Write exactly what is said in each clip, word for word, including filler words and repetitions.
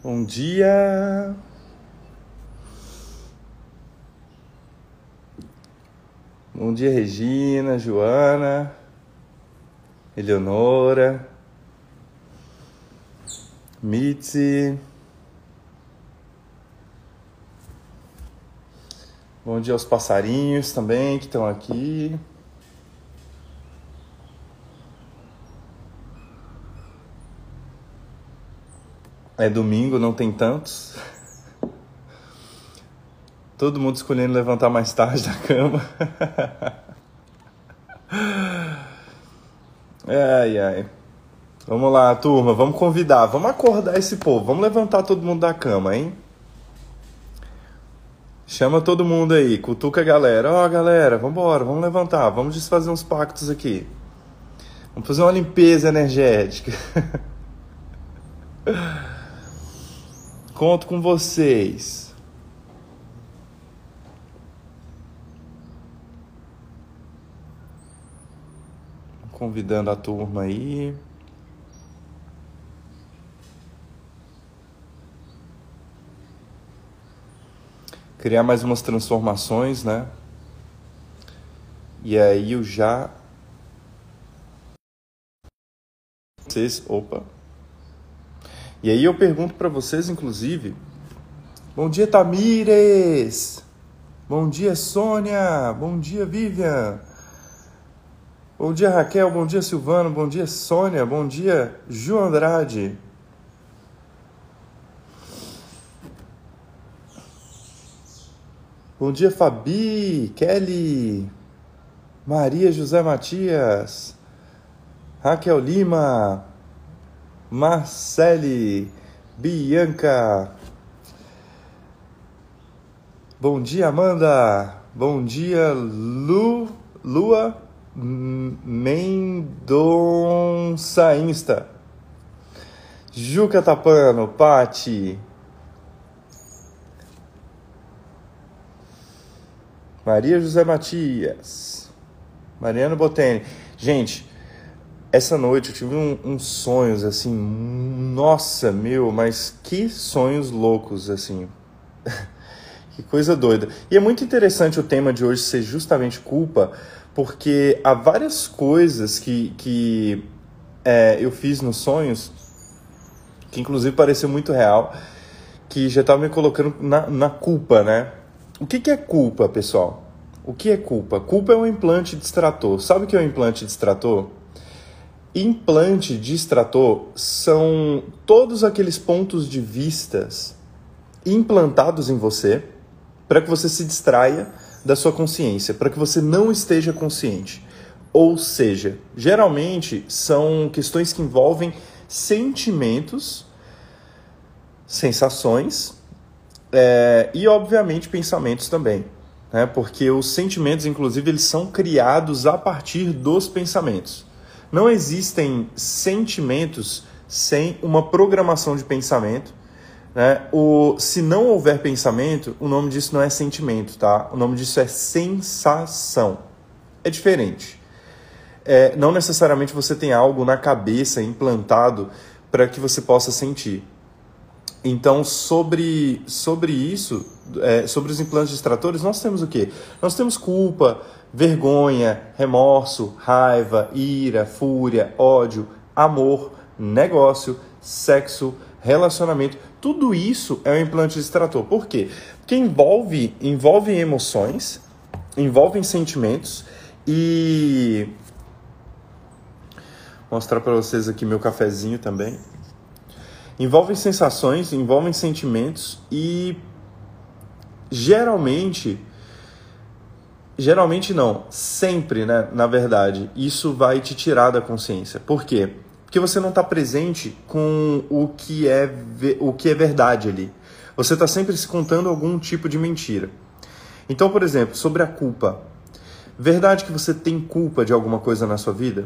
Bom dia! Bom dia, Regina, Joana, Eleonora, Mitzi. Bom dia aos passarinhos também que estão aqui. É domingo, não tem tantos. Todo mundo escolhendo levantar mais tarde da cama. Ai, ai. Vamos lá, turma, vamos convidar, vamos acordar esse povo, vamos levantar todo mundo da cama, hein? Chama todo mundo aí, cutuca a galera. Ó, oh, galera, vambora, vamos levantar, vamos desfazer uns pactos aqui. Vamos fazer uma limpeza energética. Conto com vocês. Convidando a turma aí. Criar mais umas transformações, né? E aí eu já... Vocês... Opa. E aí eu pergunto para vocês, inclusive... Bom dia, Tamires! Bom dia, Sônia! Bom dia, Vivian! Bom dia, Raquel! Bom dia, Silvano! Bom dia, Sônia! Bom dia, Ju Andrade! Bom dia, Fabi, Kelly, Maria José Matias, Raquel Lima, Marcele, Bianca. Bom dia, Amanda. Bom dia, Lu, Lua Mendonça Insta. Juca Tapano, Pati. Maria José Matias, Mariano Boteni. Gente, essa noite eu tive uns um, um sonhos assim, nossa, meu, mas que sonhos loucos, assim. Que coisa doida. E é muito interessante o tema de hoje ser justamente culpa, porque há várias coisas que, que é, eu fiz nos sonhos, que inclusive pareceu muito real, que já estava me colocando na, na culpa, né? O que, que é culpa, pessoal? O que é culpa? Culpa é um implante distrator. Sabe o que é um implante distrator? Implante distrator são todos aqueles pontos de vistas implantados em você para que você se distraia da sua consciência, para que você não esteja consciente. Ou seja, geralmente são questões que envolvem sentimentos, sensações, É, e, obviamente, pensamentos também, né? Porque os sentimentos, inclusive, eles são criados a partir dos pensamentos. Não existem sentimentos sem uma programação de pensamento, né? O, se não houver pensamento, o nome disso não é sentimento, tá? O nome disso é sensação. É diferente. É, não necessariamente você tem algo na cabeça implantado para que você possa sentir. Então, sobre, sobre isso, é, sobre os implantes distratores, nós temos o quê? Nós temos culpa, vergonha, remorso, raiva, ira, fúria, ódio, amor, negócio, sexo, relacionamento. Tudo isso é um implante distrator. Por quê? Porque envolve, envolve emoções, envolve sentimentos e... Vou mostrar para vocês aqui meu cafezinho também. Envolvem sensações, envolvem sentimentos e geralmente, geralmente não, sempre, né, na verdade, isso vai te tirar da consciência. Por quê? Porque você não está presente com o que, é, o que é verdade ali. Você está sempre se contando algum tipo de mentira. Então, por exemplo, sobre a culpa. Verdade que você tem culpa de alguma coisa na sua vida?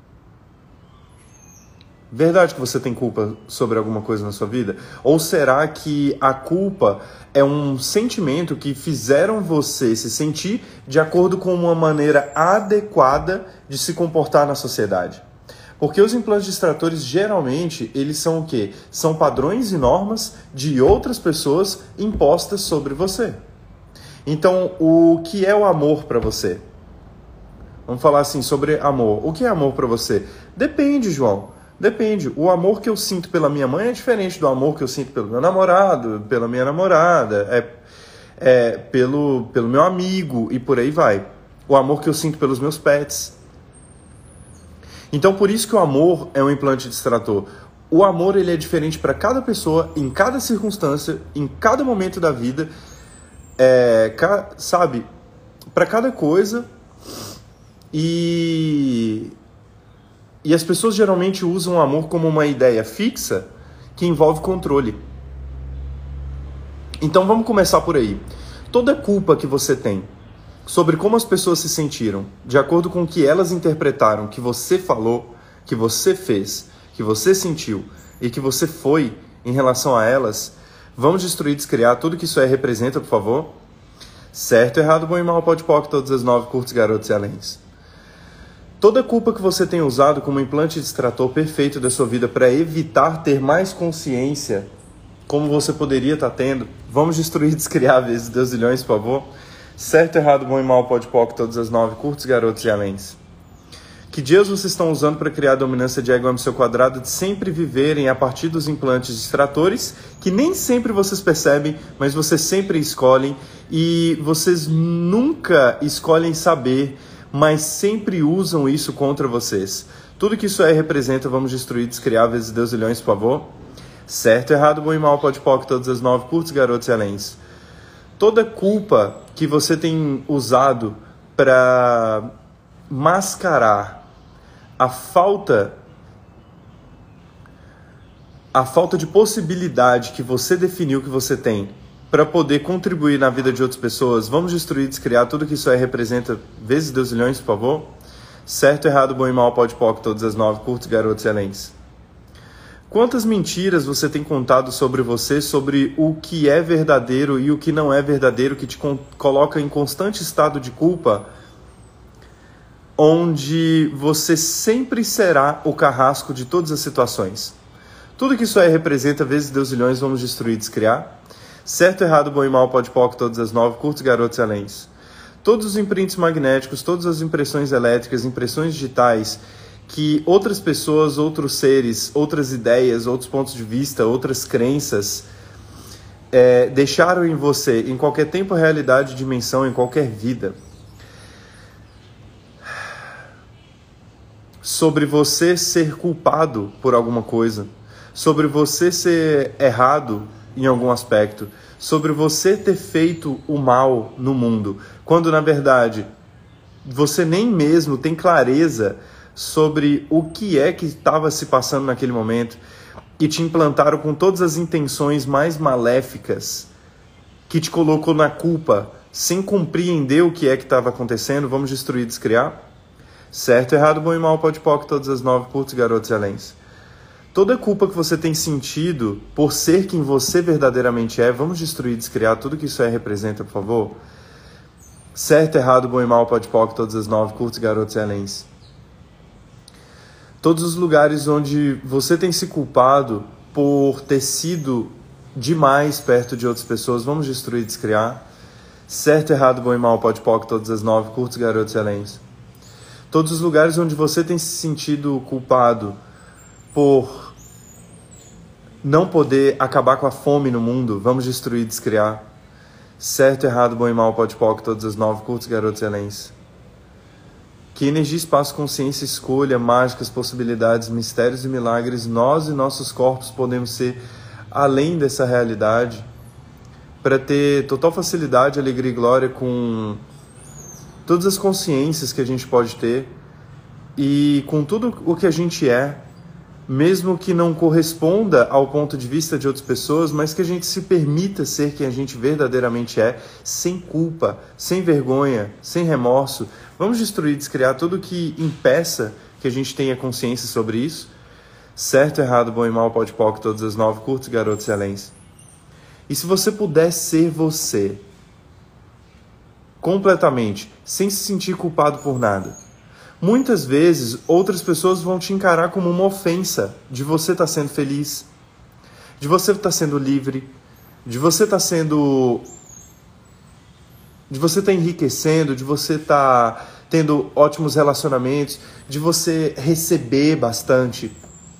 Verdade que você tem culpa sobre alguma coisa na sua vida? Ou será que a culpa é um sentimento que fizeram você se sentir de acordo com uma maneira adequada de se comportar na sociedade? Porque os implantes distratores, geralmente, eles são o quê? São padrões e normas de outras pessoas impostas sobre você. Então, o que é o amor para você? Vamos falar assim sobre amor. O que é amor para você? Depende, João. Depende. O amor que eu sinto pela minha mãe é diferente do amor que eu sinto pelo meu namorado, pela minha namorada, é, é pelo, pelo meu amigo e por aí vai. O amor que eu sinto pelos meus pets. Então, por isso que o amor é um implante distrator. O amor ele é diferente para cada pessoa, em cada circunstância, em cada momento da vida, é, sabe? Para cada coisa. E, e as pessoas geralmente usam o amor como uma ideia fixa que envolve controle. Então vamos começar por aí. Toda culpa que você tem sobre como as pessoas se sentiram, de acordo com o que elas interpretaram, que você falou, que você fez, que você sentiu e que você foi em relação a elas, vamos destruir, descriar tudo que isso aí representa, por favor? Certo, errado, bom e mal, pode pode, todas as nove, curtos, garotos e aléns. Toda culpa que você tem usado como implante distrator perfeito da sua vida para evitar ter mais consciência, como você poderia estar tendo, vamos destruir, descriar vezes deusilhões, por favor? Certo, errado, bom e mal, pode pode, todas as nove, curtos, garotos e aléns. Que dias vocês estão usando para criar a dominância de ego M seu quadrado de sempre viverem a partir dos implantes distratores, que nem sempre vocês percebem, mas vocês sempre escolhem, e vocês nunca escolhem saber, mas sempre usam isso contra vocês. Tudo que isso aí representa, vamos destruir, descriar vezes deusilhões, por favor? Certo, errado, bom e mal, pode pode, todas as nove, curtos, garotos e aléns. Toda culpa que você tem usado para mascarar a falta a falta de possibilidade que você definiu que você tem para poder contribuir na vida de outras pessoas, vamos destruir, descriar tudo que isso aí representa vezes deusilhões, por favor? Certo, errado, bom e mal, pode pode, todas as nove, curtos, garotos e aléns. Quantas mentiras você tem contado sobre você, sobre o que é verdadeiro e o que não é verdadeiro, que te coloca em constante estado de culpa, onde você sempre será o carrasco de todas as situações? Tudo que isso aí representa, vezes deusilhões, vamos destruir, descriar. Certo, errado, bom e mal, pode pode, todas as nove, curtos, garotos e aléns. Todos os imprints magnéticos, todas as impressões elétricas, impressões digitais, que outras pessoas, outros seres, outras ideias, outros pontos de vista, outras crenças é, deixaram em você, em qualquer tempo, realidade, dimensão, em qualquer vida, sobre você ser culpado por alguma coisa, sobre você ser errado em algum aspecto, sobre você ter feito o mal no mundo, quando na verdade você nem mesmo tem clareza sobre o que é que estava se passando naquele momento, e te implantaram com todas as intenções mais maléficas, que te colocou na culpa, sem compreender o que é que estava acontecendo. Vamos destruir, descriar. Certo, errado, bom e mal, pode pode, todas as nove, curtos, garotos e aléns. Toda culpa que você tem sentido por ser quem você verdadeiramente é, vamos destruir, descriar tudo que isso aí representa, por favor? Certo, errado, bom e mal, pode pode, todas as nove, curtos, garotos e aléns. Todos os lugares onde você tem se culpado por ter sido demais perto de outras pessoas, vamos destruir, descriar. Certo, errado, bom e mal, pode pode, todas as nove, curtos, garotos e aléns. Todos os lugares onde você tem se sentido culpado por não poder acabar com a fome no mundo, vamos destruir, descriar. Certo, errado, bom e mal, pode pode, todas as nove, curtos, garotos e aléns. Que energia, espaço, consciência, escolha, mágicas, possibilidades, mistérios e milagres, nós e nossos corpos podemos ser além dessa realidade, para ter total facilidade, alegria e glória com todas as consciências que a gente pode ter e com tudo o que a gente é, mesmo que não corresponda ao ponto de vista de outras pessoas, mas que a gente se permita ser quem a gente verdadeiramente é, sem culpa, sem vergonha, sem remorso. Vamos destruir, descriar tudo que impeça que a gente tenha consciência sobre isso. Certo, errado, bom e mal, pode pode, todas as nove, curtos, garotos e aléns. E se você puder ser você, completamente, sem se sentir culpado por nada, Muitas vezes, outras pessoas vão te encarar como uma ofensa de você estar sendo feliz, de você estar sendo livre, de você estar sendo... de você estar enriquecendo, de você estar tendo ótimos relacionamentos, de você receber bastante.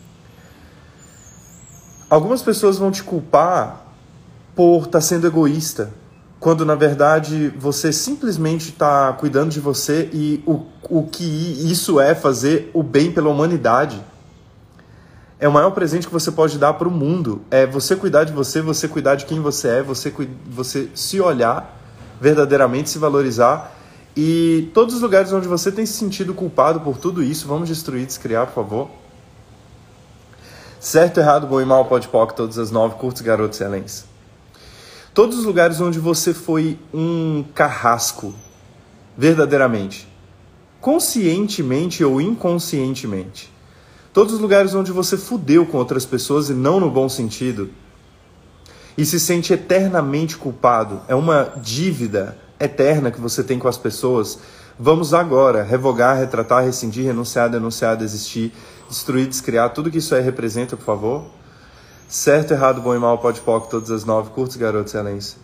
Algumas pessoas vão te culpar por estar sendo egoísta, quando na verdade você simplesmente está cuidando de você e o, o que isso é fazer o bem pela humanidade. É o maior presente que você pode dar para o mundo. É você cuidar de você, você cuidar de quem você é, você, você se olhar verdadeiramente, se valorizar. E todos os lugares onde você tem se sentido culpado por tudo isso, vamos destruir, descriar, por favor. Certo, errado, bom e mal, pode poc, todas as nove, curtos, garotos excelentes. Todos os lugares onde você foi um carrasco, verdadeiramente, conscientemente ou inconscientemente. Todos os lugares onde você fudeu com outras pessoas e não no bom sentido. E se sente eternamente culpado. É uma dívida eterna que você tem com as pessoas. Vamos agora revogar, retratar, rescindir, renunciar, denunciar, desistir, destruir, descriar. Tudo que isso aí representa, por favor. Certo, errado, bom e mal, pode poc, todas as nove, curtos, garotos, excelência.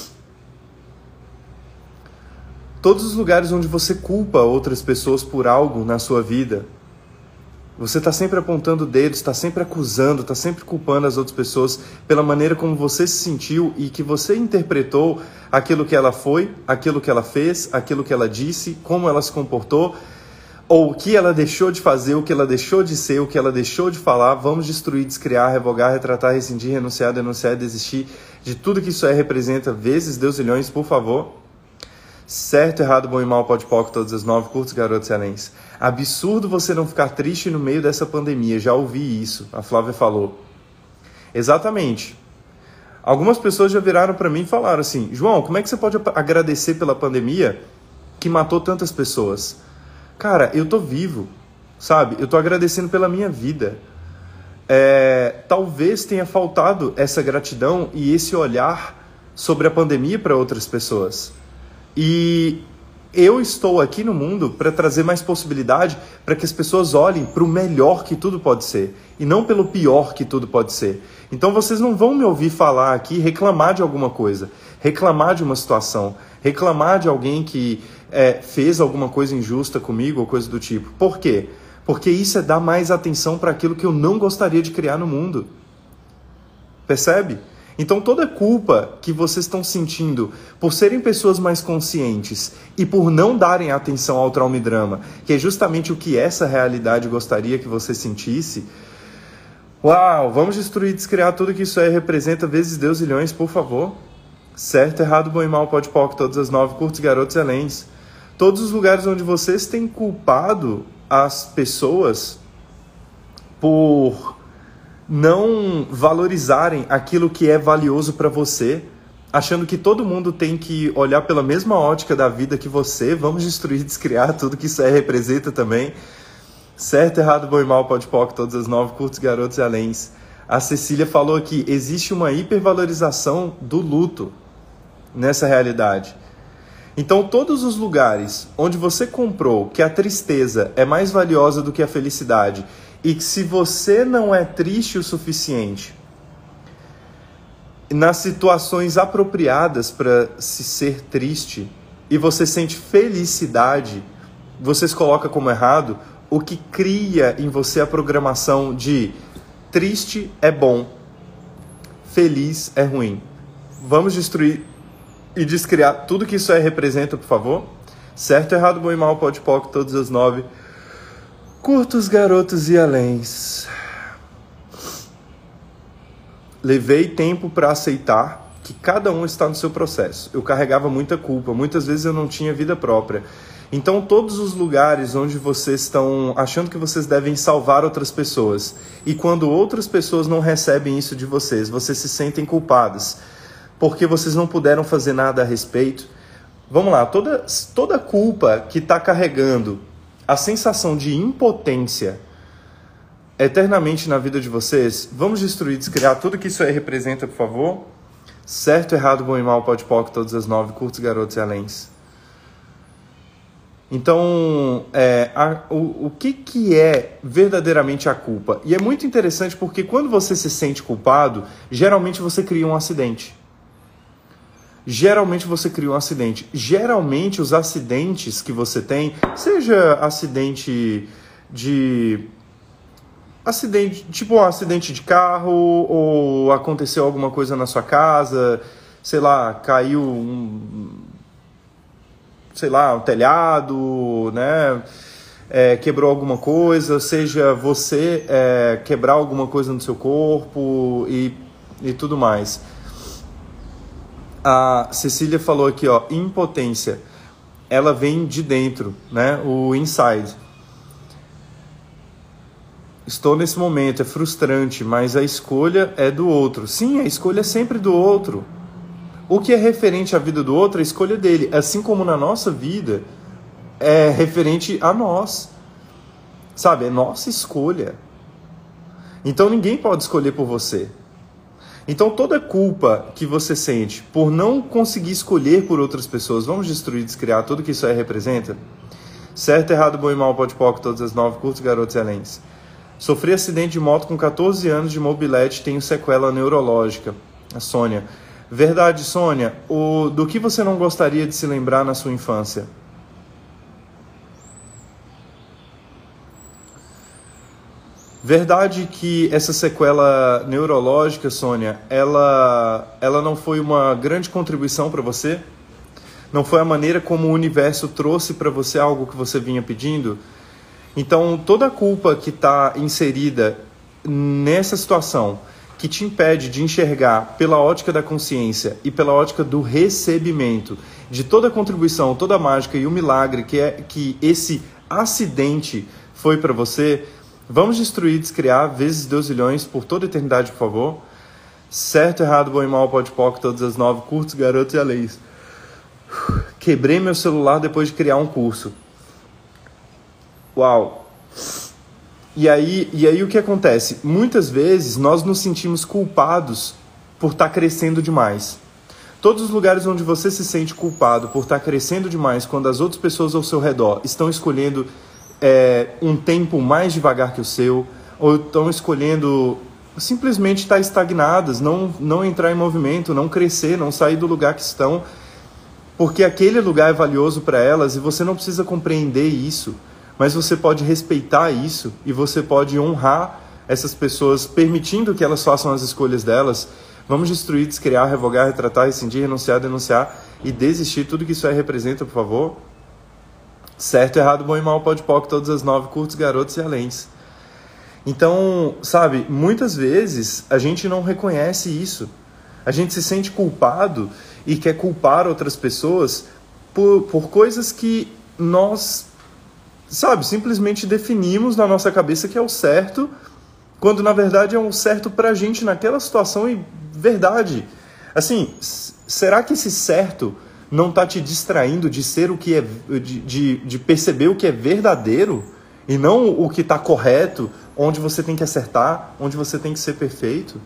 Todos os lugares onde você culpa outras pessoas por algo na sua vida, você está sempre apontando dedos, está sempre acusando, está sempre culpando as outras pessoas pela maneira como você se sentiu e que você interpretou aquilo que ela foi, aquilo que ela fez, aquilo que ela disse, como ela se comportou, ou o que ela deixou de fazer, o que ela deixou de ser, o que ela deixou de falar. Vamos destruir, descriar, revogar, retratar, rescindir, renunciar, denunciar, desistir de tudo que isso aí representa, vezes deusilhões, por favor. Certo, errado, bom e mal, pode poc, todas as nove, curtos, garotos excelentes. Absurdo você não ficar triste no meio dessa pandemia, já ouvi isso, a Flávia falou. Exatamente. Algumas pessoas já viraram para mim e falaram assim, João, como é que você pode agradecer pela pandemia que matou tantas pessoas? Cara, eu tô vivo, sabe? Eu tô agradecendo pela minha vida. É, talvez tenha faltado essa gratidão e esse olhar sobre a pandemia para outras pessoas. E eu estou aqui no mundo para trazer mais possibilidade para que as pessoas olhem para o melhor que tudo pode ser e não pelo pior que tudo pode ser. Então vocês não vão me ouvir falar aqui, reclamar de alguma coisa, reclamar de uma situação, reclamar de alguém que é, fez alguma coisa injusta comigo ou coisa do tipo. Por quê? Porque isso é dar mais atenção para aquilo que eu não gostaria de criar no mundo. Percebe? Então toda culpa que vocês estão sentindo por serem pessoas mais conscientes e por não darem atenção ao trauma e drama, que é justamente o que essa realidade gostaria que você sentisse, uau, vamos destruir, descriar tudo que isso aí representa, vezes deusilhões, por favor. Certo, errado, bom e mal, pode poc, todas as nove, curtos, garotos excelentes. Todos os lugares onde vocês têm culpado as pessoas por não valorizarem aquilo que é valioso para você, achando que todo mundo tem que olhar pela mesma ótica da vida que você. Vamos destruir, descriar tudo que isso aí representa também. Certo, errado, bom e mal, pode poc, todas as nove, curtos, garotos e aléns. A Cecília falou que existe uma hipervalorização do luto nessa realidade. Então, todos os lugares onde você comprou que a tristeza é mais valiosa do que a felicidade e que se você não é triste o suficiente, nas situações apropriadas para se ser triste e você sente felicidade, você se coloca como errado, o que cria em você a programação de triste é bom, feliz é ruim. Vamos destruir e descriar tudo que isso aí representa, por favor. Certo, errado, bom e mal, pode poc, todas as nove. Curtos, garotos e aléns. Levei tempo para aceitar que cada um está no seu processo. Eu carregava muita culpa, muitas vezes eu não tinha vida própria. Então, todos os lugares onde vocês estão achando que vocês devem salvar outras pessoas, e quando outras pessoas não recebem isso de vocês, vocês se sentem culpados, porque vocês não puderam fazer nada a respeito. Vamos lá, toda, toda culpa que está carregando a sensação de impotência eternamente na vida de vocês, vamos destruir, descriar tudo que isso aí representa, por favor. Certo, errado, bom e mal, pode poc, todas as nove, curtos, garotos e aléns. Então, é, a, o, o que, que é verdadeiramente a culpa? E é muito interessante porque quando você se sente culpado, geralmente você cria um acidente. Geralmente você cria um acidente. Geralmente os acidentes que você tem, seja acidente de... acidente, tipo um acidente de carro, ou aconteceu alguma coisa na sua casa, sei lá, caiu um, sei lá, um telhado, né? É, quebrou alguma coisa, seja você é, quebrar alguma coisa no seu corpo e, e tudo mais. A Cecília falou aqui, ó, impotência. Ela vem de dentro, né? O inside. Estou nesse momento, é frustrante, mas a escolha é do outro. Sim, a escolha é sempre do outro. O que é referente à vida do outro é a escolha dele. Assim como na nossa vida, é referente a nós. Sabe? É nossa escolha. Então ninguém pode escolher por você. Então toda culpa que você sente por não conseguir escolher por outras pessoas, vamos destruir, descriar tudo que isso aí representa? Certo, errado, bom e mal, pode poc, todas as nove, curtos, garotos e aléns. Sofri acidente de moto com catorze anos de mobilete, tenho sequela neurológica. A Sônia. Verdade, Sônia, o, do que você não gostaria de se lembrar na sua infância? Verdade que essa sequela neurológica, Sônia, ela, ela não foi uma grande contribuição para você? Não foi a maneira como o universo trouxe para você algo que você vinha pedindo? Então, toda a culpa que está inserida nessa situação, que te impede de enxergar pela ótica da consciência e pela ótica do recebimento, de toda a contribuição, toda a mágica e o milagre que, é, que esse acidente foi para você... Vamos destruir, descriar, vezes Deus milhões, por toda a eternidade, por favor. Certo, errado, bom e mal, pode poc, todas as nove, curtos, garotos e aléns. Quebrei meu celular depois de criar um curso. Uau! E aí, e aí o que acontece? Muitas vezes nós nos sentimos culpados por estar crescendo demais. Todos os lugares onde você se sente culpado por estar crescendo demais, quando as outras pessoas ao seu redor estão escolhendo... É, um tempo mais devagar que o seu, ou estão escolhendo simplesmente estar estagnadas, não, não entrar em movimento, não crescer, não sair do lugar que estão, porque aquele lugar é valioso para elas e você não precisa compreender isso, mas você pode respeitar isso e você pode honrar essas pessoas, permitindo que elas façam as escolhas delas. Vamos destruir, descriar, revogar, retratar, rescindir, renunciar, denunciar e desistir, tudo que isso aí representa, por favor. Certo, errado, bom e mal, pode poc, todas as nove, curtos, garotos e aléns. Então, sabe, muitas vezes a gente não reconhece isso. A gente se sente culpado e quer culpar outras pessoas por, por coisas que nós, sabe, simplesmente definimos na nossa cabeça que é o certo, quando na verdade é o certo pra gente naquela situação e verdade. Assim, será que esse certo... não está te distraindo de ser o que é, de, de, de perceber o que é verdadeiro e não o que está correto, onde você tem que acertar, onde você tem que ser perfeito?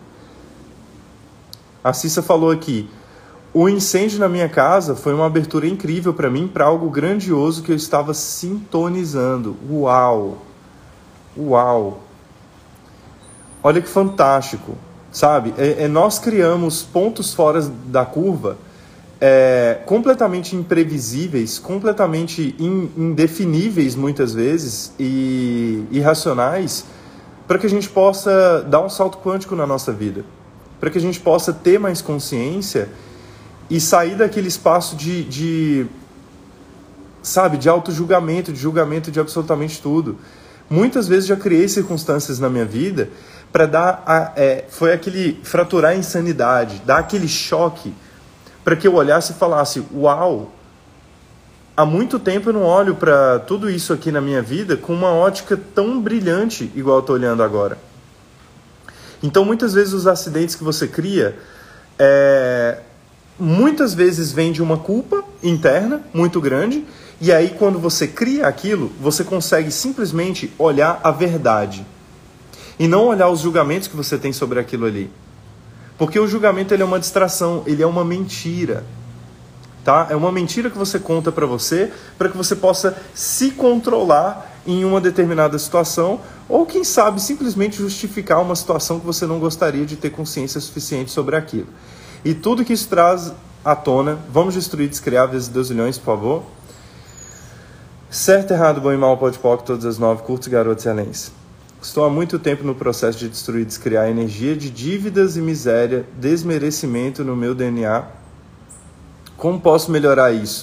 A Cissa falou aqui, o incêndio na minha casa foi uma abertura incrível para mim, para algo grandioso que eu estava sintonizando. Uau! Uau! Olha que fantástico, sabe? É, é, nós criamos pontos fora da curva, É, completamente imprevisíveis, completamente in, indefiníveis muitas vezes e irracionais, para que a gente possa dar um salto quântico na nossa vida, para que a gente possa ter mais consciência e sair daquele espaço de, de sabe, de auto-julgamento, de julgamento de absolutamente tudo. Muitas vezes já criei circunstâncias na minha vida para dar, a, é, foi aquele fraturar a insanidade, dar aquele choque, para que eu olhasse e falasse, uau, há muito tempo eu não olho para tudo isso aqui na minha vida com uma ótica tão brilhante igual eu estou olhando agora. Então, muitas vezes os acidentes que você cria, é, muitas vezes vem de uma culpa interna muito grande, e aí quando você cria aquilo, você consegue simplesmente olhar a verdade, e não olhar os julgamentos que você tem sobre aquilo ali. Porque o julgamento ele é uma distração, ele é uma mentira. tá? É uma mentira que você conta para você, para que você possa se controlar em uma determinada situação, ou quem sabe simplesmente justificar uma situação que você não gostaria de ter consciência suficiente sobre aquilo. E tudo que isso traz à tona, vamos destruir, descriar vezes dois milhões, por favor. Certo, errado, bom e mal, pode poc, todas as nove, curtos, garotos e aléns. Estou há muito tempo no processo de destruir e descriar energia de dívidas e miséria, desmerecimento no meu D N A. Como posso melhorar isso?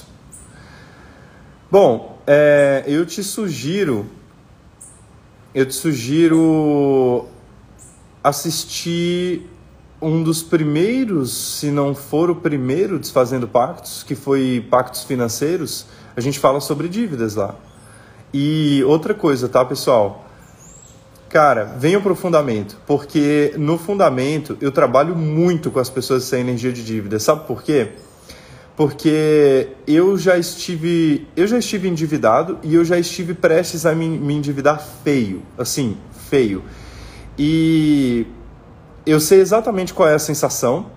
Bom, é, eu te sugiro, eu te sugiro assistir um dos primeiros, se não for o primeiro, Desfazendo Pactos, que foi Pactos Financeiros. A gente fala sobre dívidas lá. E outra coisa, tá, pessoal? Cara, venham para o fundamento, porque no fundamento eu trabalho muito com as pessoas sem energia de dívida. Sabe por quê? Porque eu já estive, eu já estive endividado e eu já estive prestes a me, me endividar feio, assim, feio. E eu sei exatamente qual é a sensação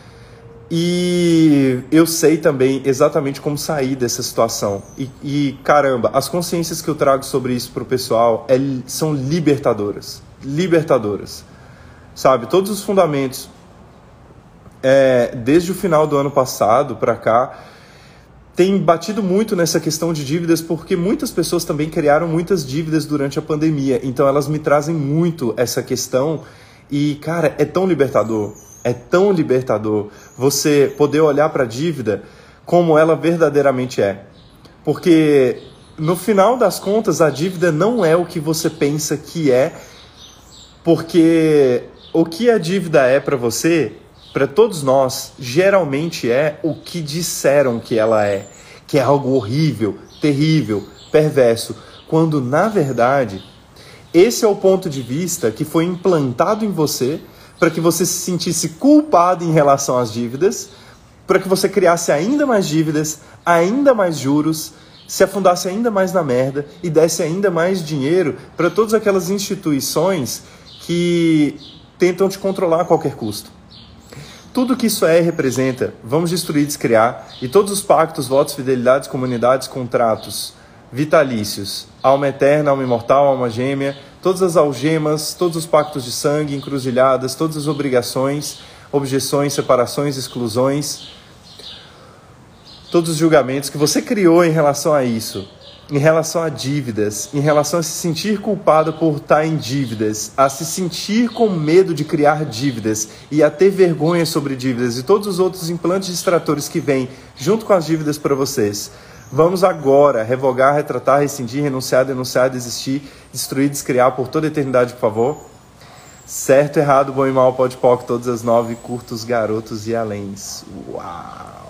e eu sei também exatamente como sair dessa situação. E, e caramba, as consciências que eu trago sobre isso para o pessoal é, são libertadoras, libertadoras, sabe? Todos os fundamentos, é, desde o final do ano passado para cá, tem batido muito nessa questão de dívidas, porque muitas pessoas também criaram muitas dívidas durante a pandemia, então elas me trazem muito essa questão e, cara, é tão libertador. É tão libertador você poder olhar para a dívida como ela verdadeiramente é. Porque, no final das contas, a dívida não é o que você pensa que é, porque o que a dívida é para você, para todos nós, geralmente é o que disseram que ela é, que é algo horrível, terrível, perverso, quando, na verdade, esse é o ponto de vista que foi implantado em você para que você se sentisse culpado em relação às dívidas, para que você criasse ainda mais dívidas, ainda mais juros, se afundasse ainda mais na merda e desse ainda mais dinheiro para todas aquelas instituições que tentam te controlar a qualquer custo. Tudo que isso é e representa, vamos destruir e descriar, e todos os pactos, votos, fidelidades, comunidades, contratos, vitalícios, alma eterna, alma imortal, alma gêmea, todas as algemas, todos os pactos de sangue, encruzilhadas, todas as obrigações, objeções, separações, exclusões, todos os julgamentos que você criou em relação a isso, em relação a dívidas, em relação a se sentir culpado por estar em dívidas, a se sentir com medo de criar dívidas e a ter vergonha sobre dívidas e todos os outros implantes distratores que vêm junto com as dívidas para vocês. Vamos agora revogar, retratar, rescindir, renunciar, denunciar, desistir, destruir, descriar por toda a eternidade, por favor. Certo, errado, bom e mal, pode poc, todas as nove, curtos, garotos e aléns. Uau!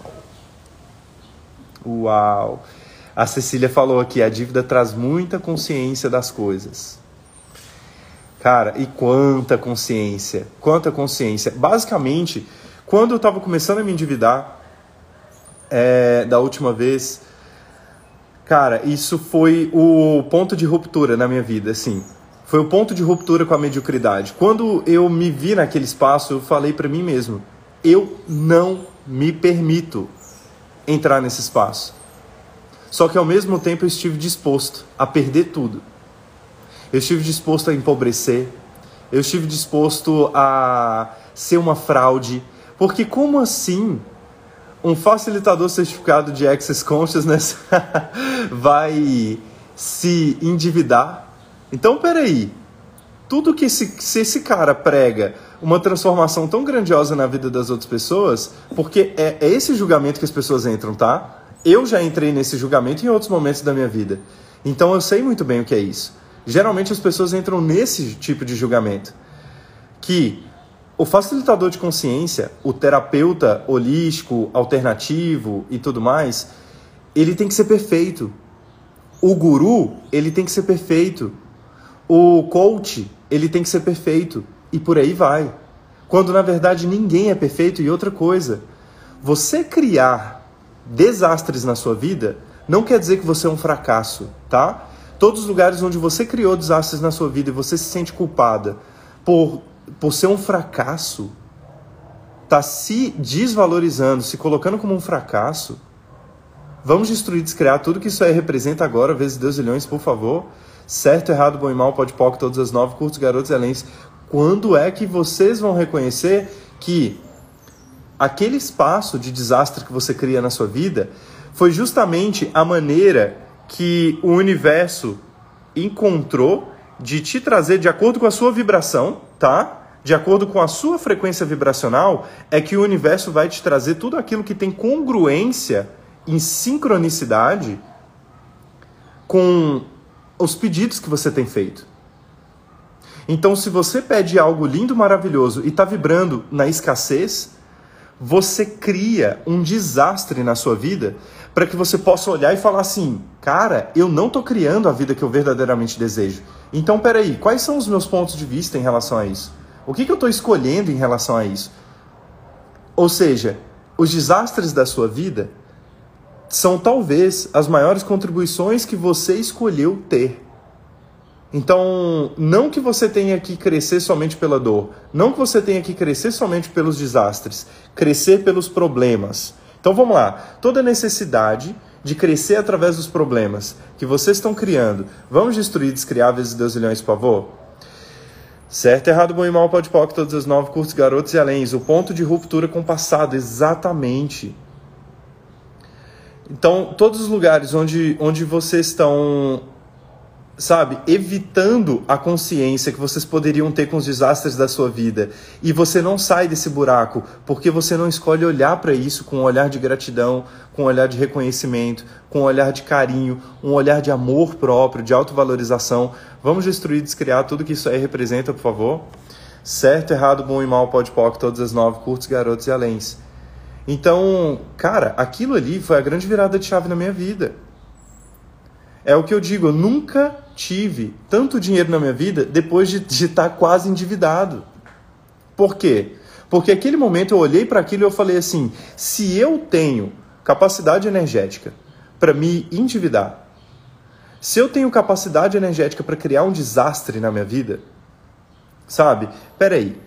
Uau! A Cecília falou aqui, a dívida traz muita consciência das coisas. Cara, e quanta consciência, quanta consciência. Basicamente, quando eu estava começando a me endividar, é, da última vez, cara, isso foi o ponto de ruptura na minha vida, assim. Foi o ponto de ruptura com a mediocridade. Quando eu me vi naquele espaço, eu falei para mim mesmo, eu não me permito entrar nesse espaço. Só que ao mesmo tempo eu estive disposto a perder tudo. Eu estive disposto a empobrecer. Eu estive disposto a ser uma fraude. Porque como assim um facilitador certificado de Access Consciousness vai se endividar? Então, peraí. Tudo que esse, se esse cara prega uma transformação tão grandiosa na vida das outras pessoas, porque é, é esse julgamento que as pessoas entram, tá? Eu já entrei nesse julgamento em outros momentos da minha vida. Então eu sei muito bem o que é isso. Geralmente as pessoas entram nesse tipo de julgamento. Que o facilitador de consciência, o terapeuta holístico, alternativo e tudo mais, ele tem que ser perfeito. O guru, ele tem que ser perfeito. O coach, ele tem que ser perfeito. E por aí vai. Quando na verdade ninguém é perfeito. E outra coisa, você criar desastres na sua vida não quer dizer que você é um fracasso, tá? Todos os lugares onde você criou desastres na sua vida e você se sente culpada por, por ser um fracasso, tá se desvalorizando, se colocando como um fracasso, Vamos destruir, descriar tudo que isso aí representa agora, vezes Deus milhões, por favor. Certo, errado, bom e mal, pode poc, todas as nove, curtos, garotos e aléns. Quando é que vocês vão reconhecer que aquele espaço de desastre que você cria na sua vida foi justamente a maneira que o universo encontrou de te trazer, de acordo com a sua vibração, tá? De acordo com a sua frequência vibracional, é que o universo vai te trazer tudo aquilo que tem congruência em sincronicidade com os pedidos que você tem feito. Então, se você pede algo lindo, maravilhoso e está vibrando na escassez, você cria um desastre na sua vida para que você possa olhar e falar assim, cara, eu não estou criando a vida que eu verdadeiramente desejo. Então, peraí, quais são os meus pontos de vista em relação a isso? O que, que eu estou escolhendo em relação a isso? Ou seja, os desastres da sua vida são talvez as maiores contribuições que você escolheu ter. Então, não que você tenha que crescer somente pela dor, não que você tenha que crescer somente pelos desastres, crescer pelos problemas. Então vamos lá, toda necessidade de crescer através dos problemas que vocês estão criando, vamos destruir, descriar, vezes Deus milhões, por favor? Certo, errado, bom e mal, pode poc, todas as nove, curtos, garotos e aléns. O ponto de ruptura com o passado, exatamente. Então, todos os lugares onde, onde vocês estão, sabe, evitando a consciência que vocês poderiam ter com os desastres da sua vida, e você não sai desse buraco porque você não escolhe olhar para isso com um olhar de gratidão, com um olhar de reconhecimento, com um olhar de carinho, um olhar de amor próprio, de autovalorização. Vamos destruir, descriar tudo que isso aí representa, por favor? Certo, errado, bom e mal, pode poc, todas as nove, curtos, garotos e aléns. Então, cara, aquilo ali foi a grande virada de chave na minha vida. É o que eu digo, eu nunca tive tanto dinheiro na minha vida depois de, de estar quase endividado. Por quê? Porque naquele momento eu olhei para aquilo e eu falei assim, se eu tenho capacidade energética para me endividar, se eu tenho capacidade energética para criar um desastre na minha vida, sabe? Peraí,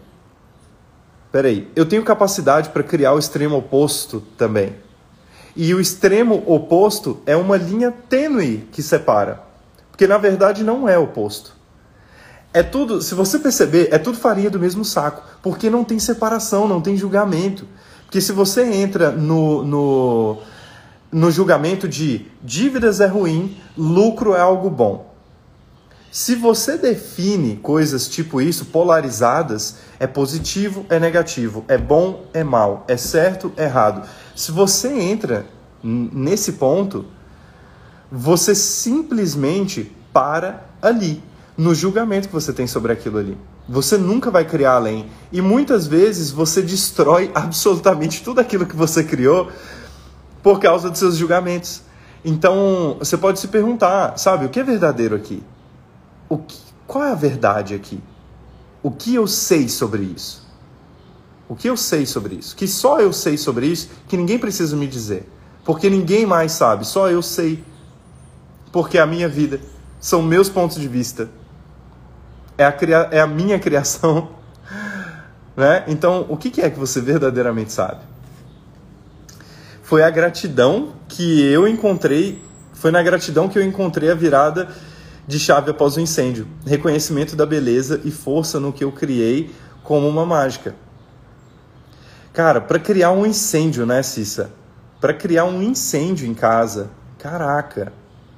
peraí, eu tenho capacidade para criar o extremo oposto também. E o extremo oposto é uma linha tênue que separa. Porque na verdade não é oposto. É tudo, se você perceber, é tudo farinha do mesmo saco. Porque não tem separação, não tem julgamento. Porque se você entra no, no, no julgamento de dívidas é ruim, lucro é algo bom. Se você define coisas tipo isso, polarizadas, é positivo, é negativo, é bom, é mal, é certo, é errado. Se você entra nesse ponto, você simplesmente para ali, no julgamento que você tem sobre aquilo ali. Você nunca vai criar além. E muitas vezes você destrói absolutamente tudo aquilo que você criou por causa dos seus julgamentos. Então, você pode se perguntar, sabe, o que é verdadeiro aqui? O que, qual é a verdade aqui? O que eu sei sobre isso? O que eu sei sobre isso? Que só eu sei sobre isso, que ninguém precisa me dizer. Porque ninguém mais sabe, só eu sei. Porque a minha vida, são meus pontos de vista. É a, cria, é a minha criação. Né? Então, o que é que você verdadeiramente sabe? Foi a gratidão que eu encontrei, foi na gratidão que eu encontrei a virada de chave após o incêndio. Reconhecimento da beleza e força no que eu criei como uma mágica. Cara, para criar um incêndio, né, Cissa? Para criar um incêndio em casa, caraca.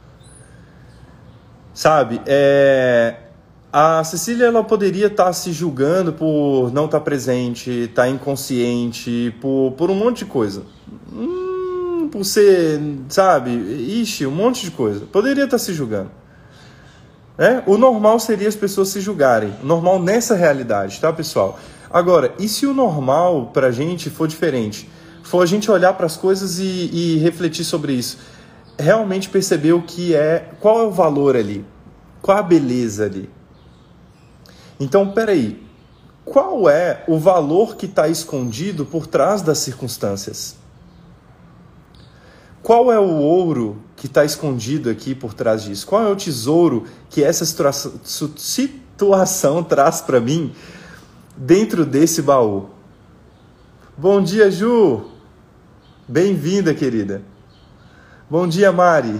Sabe, é... a Cecília ela poderia estar tá se julgando por não estar tá presente, estar tá inconsciente, por, por um monte de coisa. Hum, por ser, sabe, ixi, um monte de coisa. Poderia estar tá se julgando. É? O normal seria as pessoas se julgarem. O normal nessa realidade, tá, pessoal? Agora, e se o normal pra gente for diferente? For a gente olhar para as coisas e, e refletir sobre isso. Realmente perceber o que é, qual é o valor ali? Qual a beleza ali? Então, peraí. Qual é o valor que está escondido por trás das circunstâncias? Qual é o ouro que está escondido aqui por trás disso? Qual é o tesouro que essa situação, situação traz para mim dentro desse baú? Bom dia, Ju! Bem-vinda, querida. Bom dia, Mari.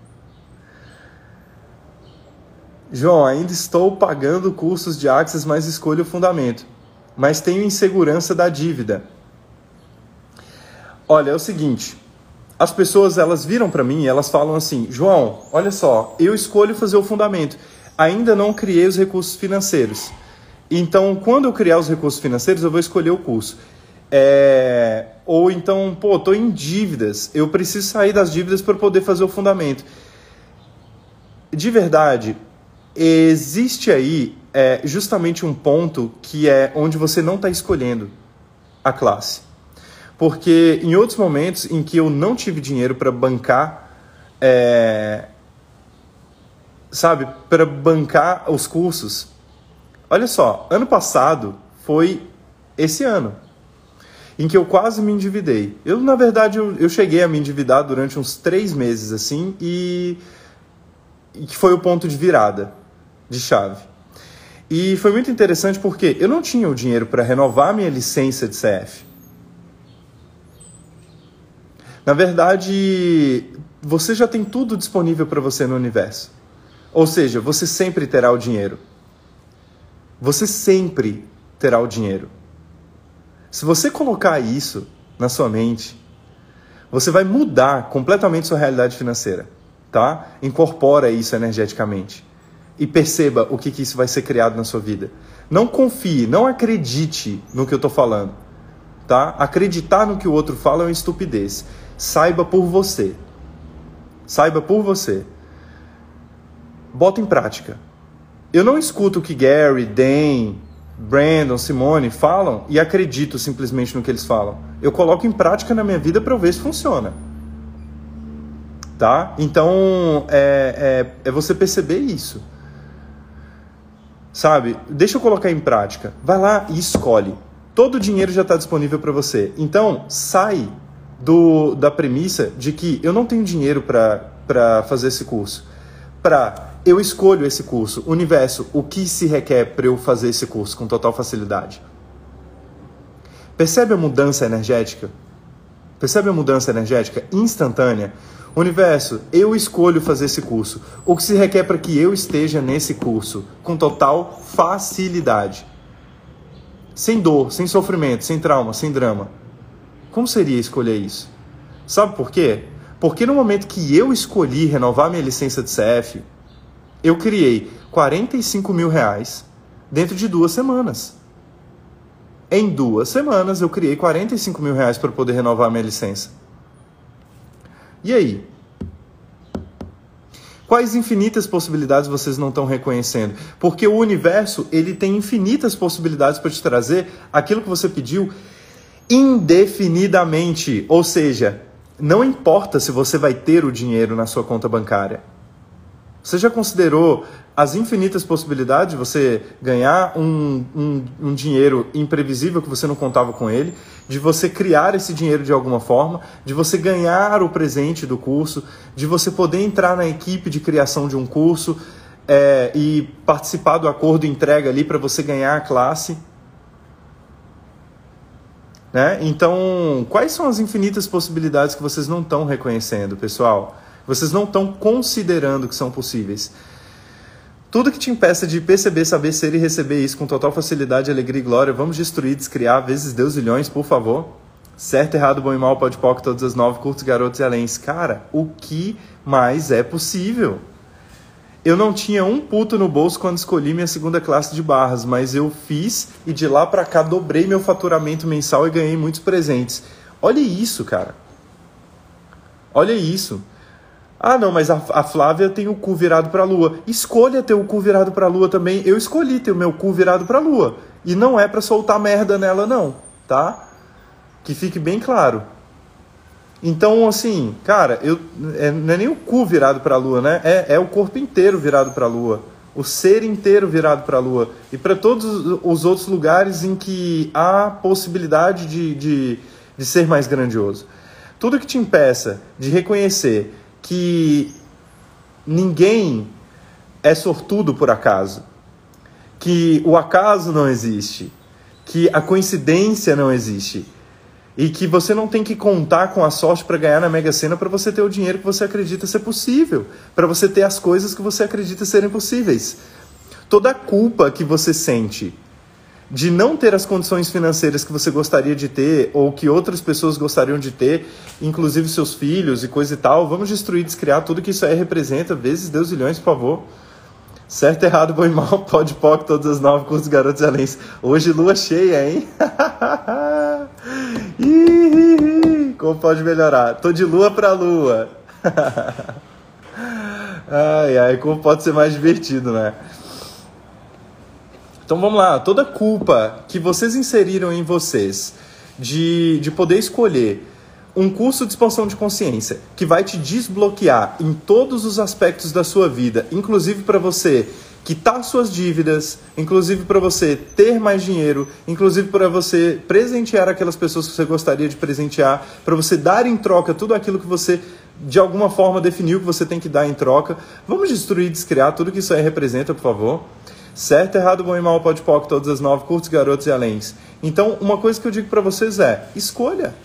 João, ainda estou pagando cursos de Access, mas escolho o fundamento. Mas tenho insegurança da dívida. Olha, é o seguinte, as pessoas elas viram para mim e elas falam assim, João, olha só, eu escolho fazer o fundamento, ainda não criei os recursos financeiros. Então, quando eu criar os recursos financeiros, eu vou escolher o curso. É... Ou então, pô, estou em dívidas, eu preciso sair das dívidas para poder fazer o fundamento. De verdade, existe aí é, justamente um ponto que é onde você não está escolhendo a classe. Porque em outros momentos em que eu não tive dinheiro para bancar, é, sabe, para bancar os cursos. Olha só, ano passado foi esse ano, em que eu quase me endividei. Eu, na verdade, eu, eu cheguei a me endividar durante uns três meses, assim, e, e que foi o ponto de virada, de chave. E foi muito interessante porque eu não tinha o dinheiro para renovar minha licença de C F. Na verdade, você já tem tudo disponível para você no universo. Ou seja, você sempre terá o dinheiro. Você sempre terá o dinheiro. Se você colocar isso na sua mente, você vai mudar completamente sua realidade financeira, tá? Incorpora isso energeticamente. E perceba o que, que isso vai ser criado na sua vida. Não confie, não acredite no que eu estou falando, tá? Acreditar no que o outro fala é uma estupidez. Saiba por você. Saiba por você. Bota em prática. Eu não escuto o que Gary, Dan, Brandon, Simone falam e acredito simplesmente no que eles falam. Eu coloco em prática na minha vida para eu ver se funciona. Tá? Então, é, é, é você perceber isso. Sabe? Deixa eu colocar em prática. Vai lá e escolhe. Todo o dinheiro já está disponível para você. Então, sai Do, da premissa de que eu não tenho dinheiro para fazer esse curso. Para eu escolho esse curso. Universo, o que se requer para eu fazer esse curso com total facilidade? Percebe a mudança energética? Percebe a mudança energética instantânea? Universo, eu escolho fazer esse curso. O que se requer para que eu esteja nesse curso com total facilidade? Sem dor, sem sofrimento, sem trauma, sem drama. Como seria escolher isso? Sabe por quê? Porque no momento que eu escolhi renovar minha licença de C F, eu criei quarenta e cinco mil reais dentro de duas semanas. Em duas semanas eu criei quarenta e cinco mil reais para poder renovar minha licença. E aí? Quais infinitas possibilidades vocês não estão reconhecendo? Porque o universo ele tem infinitas possibilidades para te trazer aquilo que você pediu indefinidamente, ou seja, não importa se você vai ter o dinheiro na sua conta bancária. Você já considerou as infinitas possibilidades de você ganhar um, um, um dinheiro imprevisível que você não contava com ele, de você criar esse dinheiro de alguma forma, de você ganhar o presente do curso, de você poder entrar na equipe de criação de um curso é, e participar do acordo entrega ali para você ganhar a classe? Né? Então, quais são as infinitas possibilidades que vocês não estão reconhecendo, pessoal? Vocês não estão considerando que são possíveis. Tudo que te impeça de perceber, saber, ser e receber isso com total facilidade, alegria e glória, vamos destruir, descriar, vezes Deus milhões, por favor. Certo, errado, bom e mal, pode poc, todas as nove, curtos, garotos e aléns. Cara, o que mais é possível? Eu não tinha um puto no bolso quando escolhi minha segunda classe de barras, mas eu fiz e de lá pra cá dobrei meu faturamento mensal e ganhei muitos presentes. Olha isso, cara. Olha isso. Ah, não, mas a, a Flávia tem o cu virado pra lua. Escolha ter o cu virado pra lua também. Eu escolhi ter o meu cu virado pra lua. E não é pra soltar merda nela, não, tá? Que fique bem claro. Então, assim, cara, eu, é, não é nem o cu virado para a lua, né? É, é o corpo inteiro virado para a lua. O ser inteiro virado para a lua. E para todos os outros lugares em que há possibilidade de, de, de ser mais grandioso. Tudo que te impeça de reconhecer que ninguém é sortudo por acaso, que o acaso não existe, que a coincidência não existe, E que você não tem que contar com a sorte para ganhar na Mega Sena para você ter o dinheiro que você acredita ser possível, para você ter as coisas que você acredita serem possíveis. Toda a culpa que você sente de não ter as condições financeiras que você gostaria de ter ou que outras pessoas gostariam de ter, inclusive seus filhos e coisa e tal, vamos destruir, descriar tudo que isso aí representa, vezes Deus milhões, por favor. Certo, errado, bom e mal, pode, pode, todas as nove, cursos, garotos e além. Hoje lua cheia, hein? Como pode melhorar? Tô de lua pra lua. Ai, ai, como pode ser mais divertido, né? Então vamos lá, toda culpa que vocês inseriram em vocês de, de poder escolher um curso de expansão de consciência que vai te desbloquear em todos os aspectos da sua vida, inclusive para você quitar suas dívidas, inclusive para você ter mais dinheiro, inclusive para você presentear aquelas pessoas que você gostaria de presentear, para você dar em troca tudo aquilo que você de alguma forma definiu que você tem que dar em troca. Vamos destruir e descriar tudo que isso aí representa, por favor. Certo, errado, bom e mal, pode, pode, todas as nove, curtos, garotos e aléns. Então, uma coisa que eu digo para vocês é, escolha.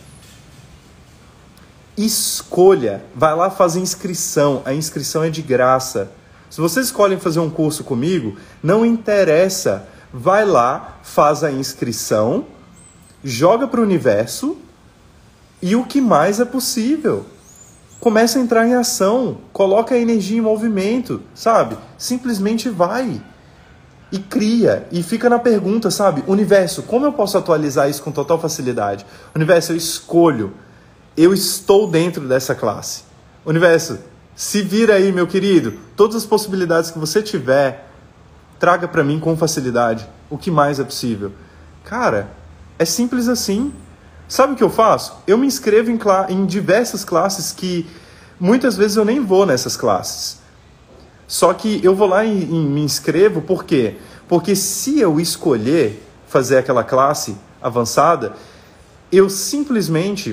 Escolha. Vai lá fazer inscrição. A inscrição é de graça. Se vocês escolhem fazer um curso comigo, não interessa. Vai lá, faz a inscrição, joga para o universo e o que mais é possível. Começa a entrar em ação. Coloca a energia em movimento, sabe? Simplesmente vai. E cria, e fica na pergunta, sabe? Universo, como eu posso atualizar isso com total facilidade? Universo, eu escolho. Eu estou dentro dessa classe. Universo, se vira aí, meu querido. Todas as possibilidades que você tiver, traga para mim com facilidade. O que mais é possível? Cara, é simples assim. Sabe o que eu faço? Eu me inscrevo em, em diversas classes que muitas vezes eu nem vou nessas classes. Só que eu vou lá e, e me inscrevo, por quê? Porque se eu escolher fazer aquela classe avançada, eu simplesmente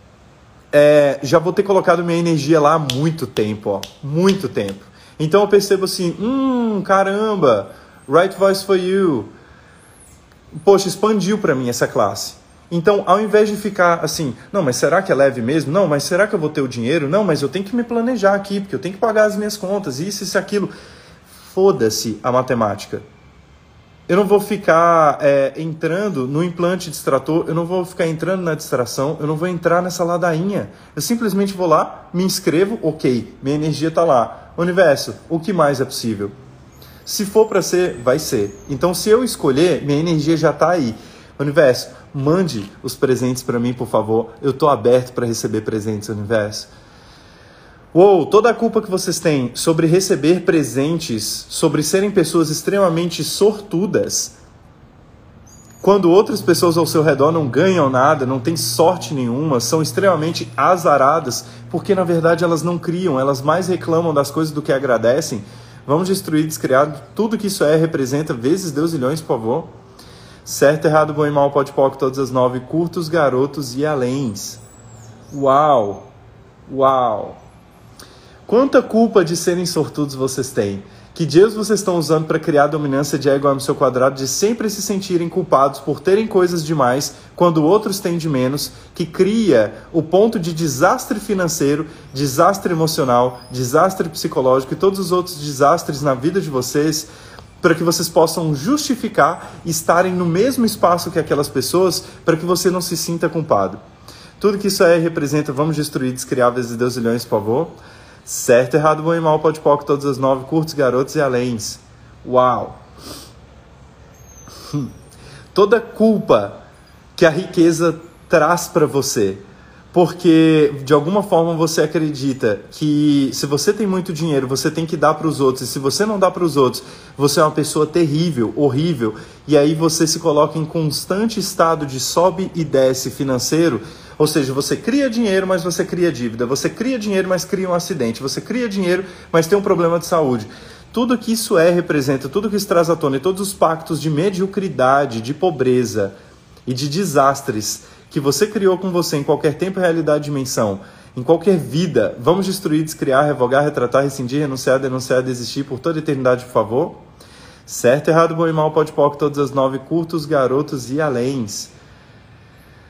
é, já vou ter colocado minha energia lá há muito tempo, ó, muito tempo. Então eu percebo assim, hum, caramba, Right Voice for You. Poxa, expandiu para mim essa classe. Então, ao invés de ficar assim, não, mas será que é leve mesmo? Não, mas será que eu vou ter o dinheiro? Não, mas eu tenho que me planejar aqui, porque eu tenho que pagar as minhas contas, isso, isso, aquilo. Foda-se a matemática. Eu não vou ficar é, entrando no implante distrator, eu não vou ficar entrando na distração, eu não vou entrar nessa ladainha. Eu simplesmente vou lá, me inscrevo, ok, minha energia está lá. Universo, o que mais é possível? Se for para ser, vai ser. Então, se eu escolher, minha energia já está aí. Universo, mande os presentes para mim, por favor. Eu estou aberto para receber presentes, universo. Uou, toda a culpa que vocês têm sobre receber presentes, sobre serem pessoas extremamente sortudas, quando outras pessoas ao seu redor não ganham nada, não têm sorte nenhuma, são extremamente azaradas, porque na verdade elas não criam, elas mais reclamam das coisas do que agradecem. Vamos destruir, descriar tudo que isso é, representa, vezes Deus milhões, por favor. Certo, errado, bom e mal, pode, pode, todas as nove, curtos, garotos e aléns. Uau! Uau! Quanta culpa de serem sortudos vocês têm? Que dias vocês estão usando para criar a dominância de ego no seu quadrado, de sempre se sentirem culpados por terem coisas demais quando outros têm de menos, que cria o ponto de desastre financeiro, desastre emocional, desastre psicológico e todos os outros desastres na vida de vocês, para que vocês possam justificar estarem no mesmo espaço que aquelas pessoas, para que você não se sinta culpado. Tudo que isso aí representa, vamos destruir, descriar, vezes Deus milhões, por favor. Certo, errado, bom e mal, pode, pode, todas as nove, curtos, garotos e aléns. Uau! Toda culpa que a riqueza traz para você, porque de alguma forma você acredita que se você tem muito dinheiro, você tem que dar para os outros, e se você não dá para os outros, você é uma pessoa terrível, horrível, e aí você se coloca em constante estado de sobe e desce financeiro. Ou seja, você cria dinheiro, mas você cria dívida. Você cria dinheiro, mas cria um acidente. Você cria dinheiro, mas tem um problema de saúde. Tudo que isso é, representa, tudo que isso traz à tona, e todos os pactos de mediocridade, de pobreza e de desastres que você criou com você em qualquer tempo, realidade, dimensão, em qualquer vida, vamos destruir, descriar, revogar, retratar, rescindir, renunciar, denunciar, desistir por toda a eternidade, por favor. Certo, errado, bom e mal, pode, pode, todas as nove, curtos, garotos e aléns.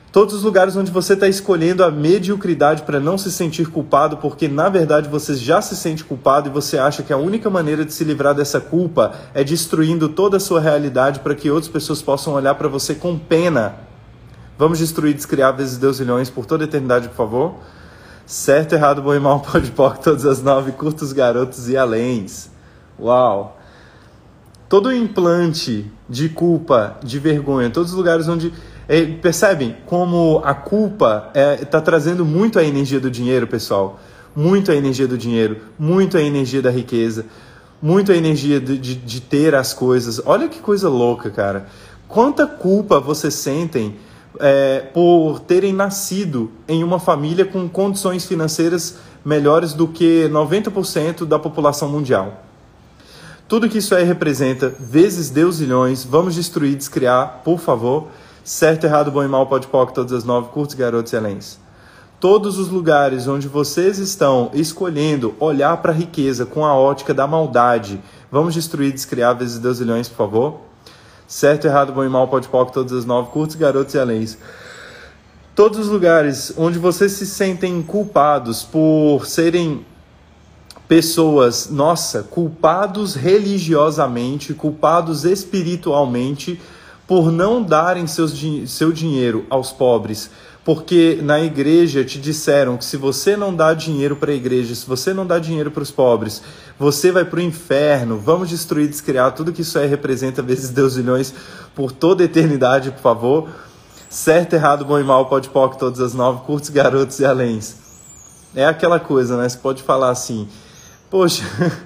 Todos os lugares onde você está escolhendo a mediocridade para não se sentir culpado, porque na verdade você já se sente culpado e você acha que a única maneira de se livrar dessa culpa é destruindo toda a sua realidade para que outras pessoas possam olhar para você com pena. Vamos destruir, descriar vezes Deus milhões por toda a eternidade, por favor? Certo, errado, bom e mal, pode pode, todas as nove, curtos, garotos e aléns. Uau! Todo implante de culpa, de vergonha, todos os lugares onde... É, percebem como a culpa está é, trazendo muito a energia do dinheiro, pessoal? Muito a energia do dinheiro, muito a energia da riqueza, muito a energia de, de, de ter as coisas. Olha que coisa louca, cara. Quanta culpa vocês sentem é, por terem nascido em uma família com condições financeiras melhores do que noventa por cento da população mundial. Tudo que isso aí representa, vezes deusilhões, vamos destruir, descriar, por favor. Certo, errado, bom e mal, pode pode, todas as nove, curtos, garotos e aléns. Todos os lugares onde vocês estão escolhendo olhar para a riqueza com a ótica da maldade, vamos destruir, descriar, vezes deusilhões, por favor. Certo, errado, bom e mal, pode pode, todas as nove, curtos, garotos e aléns. Todos os lugares onde vocês se sentem culpados por serem pessoas, nossa, culpados religiosamente, culpados espiritualmente, por não darem seus, seu dinheiro aos pobres, porque na igreja te disseram que se você não dá dinheiro para a igreja, se você não dá dinheiro para os pobres, você vai para o inferno. Vamos destruir, descriar tudo que isso aí representa, vezes deusilhões, por toda a eternidade, por favor. Certo, errado, bom e mal, pode pode, todas as nove, curtos, garotos e aléns. É aquela coisa, né? Você pode falar assim, poxa,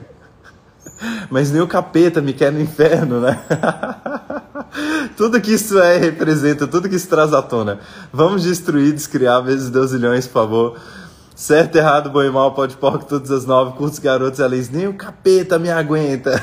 mas nem o capeta me quer no inferno, né? Tudo que isso é representa, tudo que isso traz à tona. Vamos destruir, descriar, vezes deusilhões, por favor. Certo, errado, bom e mal, pode pode, todas as nove, curtos, garotos e aléns. Nem o capeta me aguenta.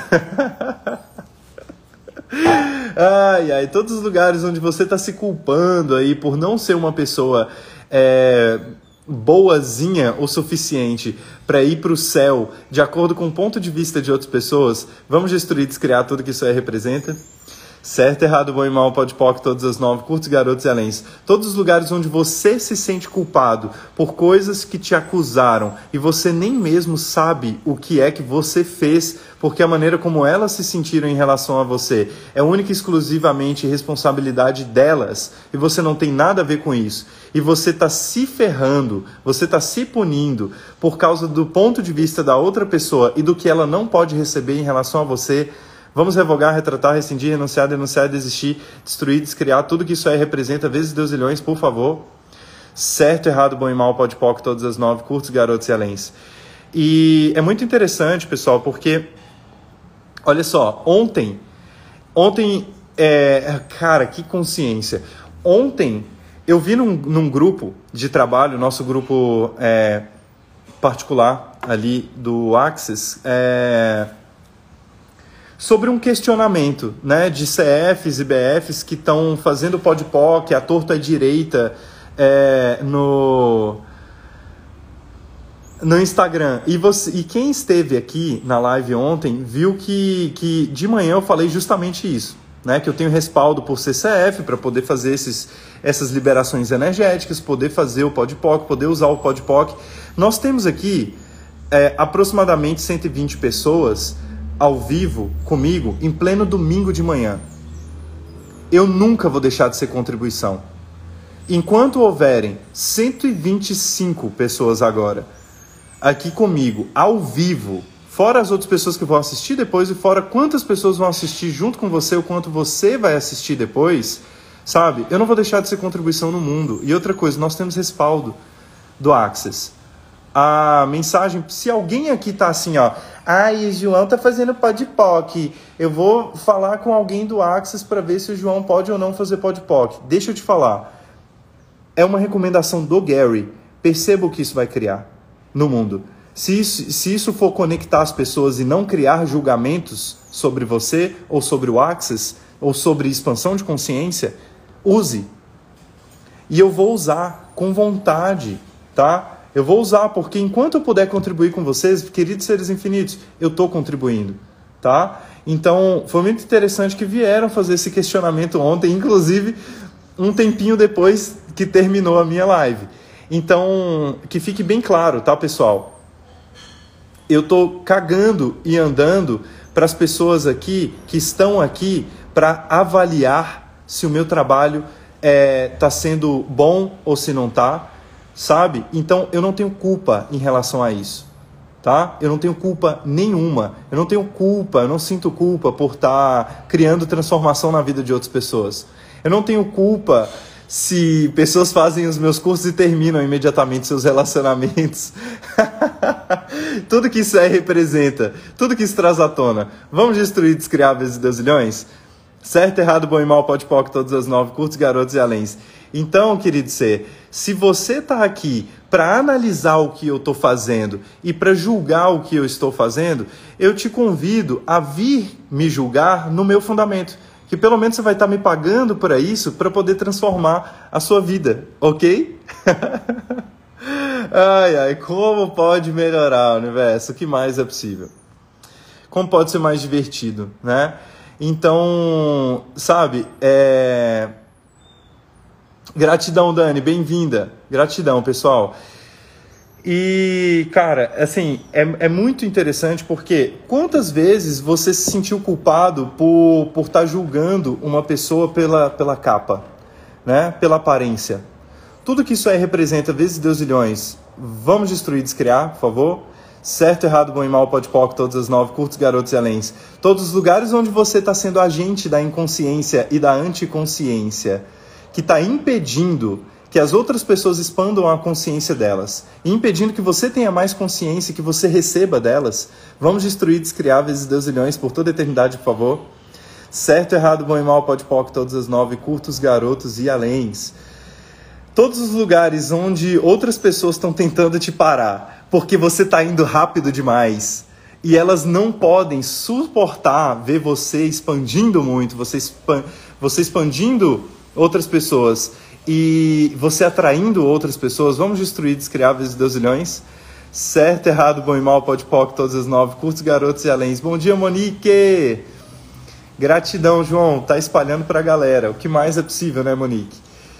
Ai, ai, todos os lugares onde você está se culpando aí por não ser uma pessoa é, boazinha o suficiente para ir para o céu, de acordo com o ponto de vista de outras pessoas, vamos destruir, descriar tudo que isso aí representa. Certo, errado, bom e mal, pode pode, todas as nove, curtos, garotos e aléns. Todos os lugares onde você se sente culpado por coisas que te acusaram e você nem mesmo sabe o que é que você fez, porque a maneira como elas se sentiram em relação a você é única e exclusivamente responsabilidade delas e você não tem nada a ver com isso. E você está se ferrando, você está se punindo por causa do ponto de vista da outra pessoa e do que ela não pode receber em relação a você. Vamos revogar, retratar, rescindir, renunciar, denunciar, desistir, destruir, descriar, tudo que isso aí representa, vezes deusilhões, por favor. Certo, errado, bom e mal, pode pode, todas as nove, curtos, garotos e aléns. E é muito interessante, pessoal, porque, olha só, ontem, ontem, é, cara, que consciência. Ontem eu vi num, num grupo de trabalho, nosso grupo é, particular ali do Access, é... sobre um questionamento, né, de C Fs e B Fs que estão fazendo podpoc, a torta à direita é, no, no Instagram. E, você, e quem esteve aqui na live ontem viu que, que de manhã eu falei justamente isso, né, que eu tenho respaldo por C C F para poder fazer esses, essas liberações energéticas, poder fazer o podpoc, poder usar o podpoc. Nós temos aqui é, aproximadamente cento e vinte pessoas ao vivo comigo em pleno domingo de manhã. Eu nunca vou deixar de ser contribuição. Enquanto houverem cento e vinte e cinco pessoas agora aqui comigo, ao vivo, fora as outras pessoas que vão assistir depois e fora quantas pessoas vão assistir junto com você, o quanto você vai assistir depois, sabe? Eu não vou deixar de ser contribuição no mundo. E outra coisa, nós temos respaldo do Access. A mensagem, se alguém aqui tá assim, ó, ai, o João tá fazendo podpoc, eu vou falar com alguém do Access para ver se o João pode ou não fazer podpoc. Deixa eu te falar, é uma recomendação do Gary, perceba o que isso vai criar no mundo. Se isso, se isso for conectar as pessoas e não criar julgamentos sobre você, ou sobre o Access, ou sobre expansão de consciência, use. E eu vou usar com vontade, tá? Eu vou usar, porque enquanto eu puder contribuir com vocês, queridos seres infinitos, eu estou contribuindo, tá? Então, foi muito interessante que vieram fazer esse questionamento ontem. Inclusive, um tempinho depois que terminou a minha live. Então, que fique bem claro, tá, pessoal? Eu tô cagando e andando para as pessoas aqui que estão aqui para avaliar se o meu trabalho é, tá sendo bom ou se não tá, sabe? Então, eu não tenho culpa em relação a isso, tá? Eu não tenho culpa nenhuma. Eu não tenho culpa, eu não sinto culpa por estar criando transformação na vida de outras pessoas. Eu não tenho culpa se pessoas fazem os meus cursos e terminam imediatamente seus relacionamentos. Tudo que isso aí representa, tudo que isso traz à tona. Vamos destruir, descriar, vezes deusilhões? Certo, errado, bom e mal, pode poc, todas as nove, curtos, garotos e aléns. Então, querido ser, se você está aqui para analisar o que eu estou fazendo e para julgar o que eu estou fazendo, eu te convido a vir me julgar no meu fundamento. Que pelo menos você vai estar me pagando por isso para poder transformar a sua vida, ok? Ai, ai, como pode melhorar o universo? O que mais é possível? Como pode ser mais divertido, né? Então, sabe, é... gratidão, Dani, bem-vinda. Gratidão, pessoal. E, cara, assim, é, é muito interessante porque quantas vezes você se sentiu culpado por por estar julgando uma pessoa pela, pela capa, né? Pela aparência. Tudo que isso aí representa, vezes deusilhões. Vamos destruir, descriar, por favor? Certo, errado, bom e mal, pode poc, todas as nove, curtos, garotos e aléns. Todos os lugares onde você está sendo agente da inconsciência e da anticonsciência, que está impedindo que as outras pessoas expandam a consciência delas, e impedindo que você tenha mais consciência, que você receba delas. Vamos destruir, descriar, vezes deusilhões, por toda a eternidade, por favor. Certo, errado, bom e mal, pode poc, todas as nove, curtos, garotos e aléns. Todos os lugares onde outras pessoas estão tentando te parar, porque você está indo rápido demais, e elas não podem suportar ver você expandindo muito, você, expan- você expandindo outras pessoas, e você atraindo outras pessoas. Vamos destruir, descriar, vezes deusilhões. Certo, errado, bom e mal, pode poc, todas as nove, curtos, garotos e aléns. Bom dia, Monique! Gratidão, João, tá espalhando pra galera. O que mais é possível, né, Monique?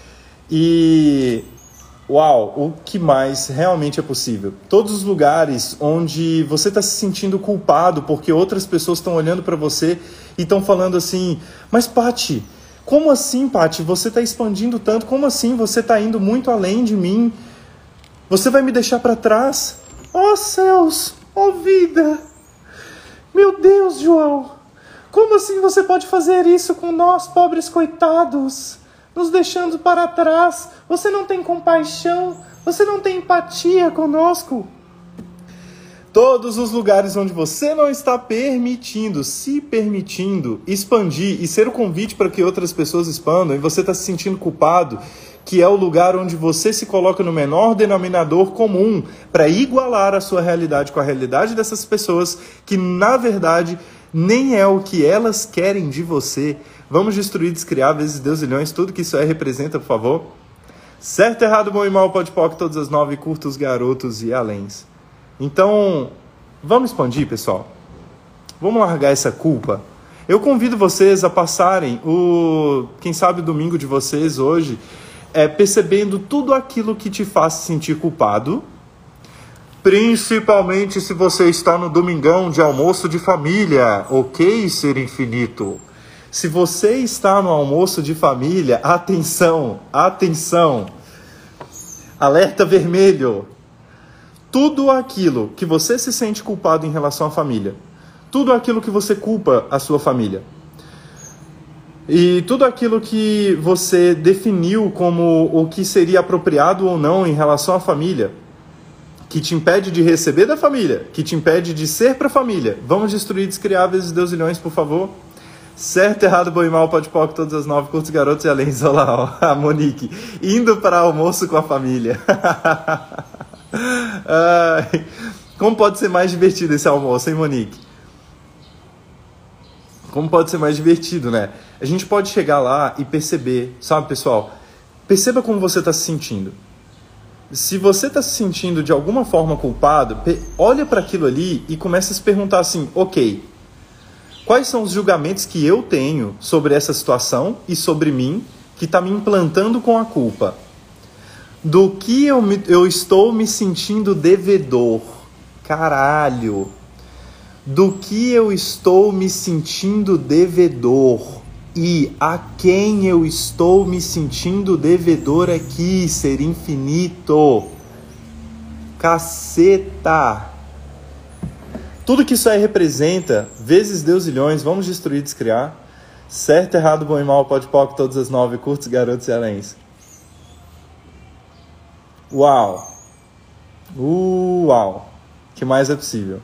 E, uau, o que mais realmente é possível? Todos os lugares onde você está se sentindo culpado porque outras pessoas estão olhando para você e estão falando assim, mas Paty, como assim, Paty? Você está expandindo tanto, como assim? Você está indo muito além de mim? Você vai me deixar para trás? Oh céus, oh vida! Meu Deus, João! Como assim você pode fazer isso com nós, pobres coitados? Nos deixando para trás? Você não tem compaixão? Você não tem empatia conosco? Todos os lugares onde você não está permitindo, se permitindo expandir e ser o convite para que outras pessoas expandam, e você está se sentindo culpado, que é o lugar onde você se coloca no menor denominador comum para igualar a sua realidade com a realidade dessas pessoas, que na verdade nem é o que elas querem de você. Vamos destruir, descriar, vezes deusilhões, tudo que isso aí representa, por favor. Certo, errado, bom e mal, pode poc, todas as nove, curtos, garotos e aléns. Então, vamos expandir, pessoal? Vamos largar essa culpa? Eu convido vocês a passarem o, quem sabe, o domingo de vocês hoje, é, percebendo tudo aquilo que te faz se sentir culpado, principalmente se você está no domingão de almoço de família, ok, ser infinito? Se você está no almoço de família, atenção, atenção, alerta vermelho. Tudo aquilo que você se sente culpado em relação à família, tudo aquilo que você culpa a sua família, e tudo aquilo que você definiu como o que seria apropriado ou não em relação à família, que te impede de receber da família, que te impede de ser para a família, vamos destruir, descriar, vezes deusilhões, por favor. Certo, errado, bom e mal, pode poc, todas as nove, curtos, garotos e aléns. Olha lá, ó, a Monique, indo para almoço com a família. Ai, como pode ser mais divertido esse almoço, hein, Monique? Como pode ser mais divertido, né? A gente pode chegar lá e perceber, sabe, pessoal? Perceba como você está se sentindo. Se você está se sentindo de alguma forma culpado, olha para aquilo ali e começa a se perguntar assim, ok, quais são os julgamentos que eu tenho sobre essa situação e sobre mim que está me implantando com a culpa? Do que eu, me, eu estou me sentindo devedor? Caralho! Do que eu estou me sentindo devedor? E a quem eu estou me sentindo devedor aqui, ser infinito? Caceta! Tudo que isso aí representa, vezes deusilhões, vamos destruir, descriar. Certo, errado, bom e mal, pode pop, todas as nove, curtos, garotos cearenses. Uau! Uau! O que mais é possível?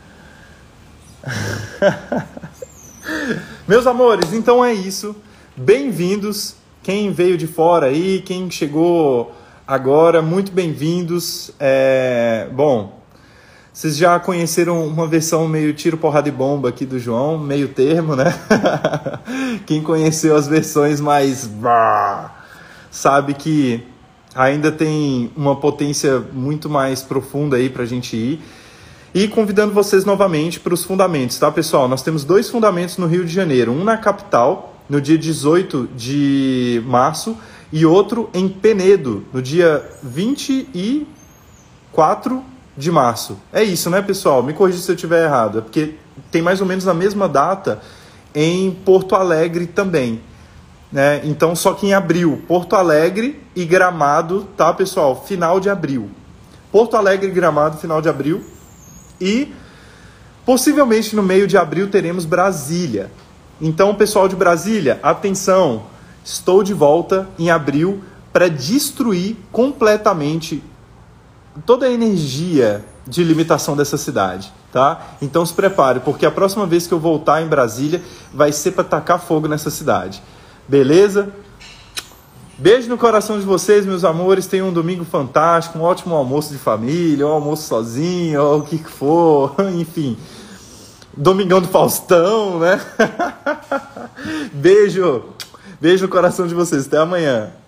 Meus amores, então é isso. Bem-vindos. Quem veio de fora aí, quem chegou agora, muito bem-vindos. É... Bom, vocês já conheceram uma versão meio tiro, porrada e bomba aqui do João, meio termo, né? Quem conheceu as versões mais... sabe que ainda tem uma potência muito mais profunda aí pra gente ir. E convidando vocês novamente para os fundamentos, tá, pessoal? Nós temos dois fundamentos no Rio de Janeiro. Um na capital, no dia dezoito de março, e outro em Penedo, no dia vinte e quatro de março. É isso, né, pessoal? Me corrija se eu estiver errado. É porque tem mais ou menos a mesma data em Porto Alegre também, né? Então, só que em abril. Porto Alegre e Gramado, tá, pessoal? Final de abril. Porto Alegre e Gramado, final de abril. E possivelmente no meio de abril teremos Brasília. Então, pessoal de Brasília, atenção, estou de volta em abril para destruir completamente toda a energia de limitação dessa cidade, tá? Então se prepare, porque a próxima vez que eu voltar em Brasília vai ser para tacar fogo nessa cidade. Beleza? Beijo no coração de vocês, meus amores. Tenham um domingo fantástico, um ótimo almoço de família, um almoço sozinho, ou o que for, enfim. Domingão do Faustão, né? Beijo. Beijo no coração de vocês. Até amanhã.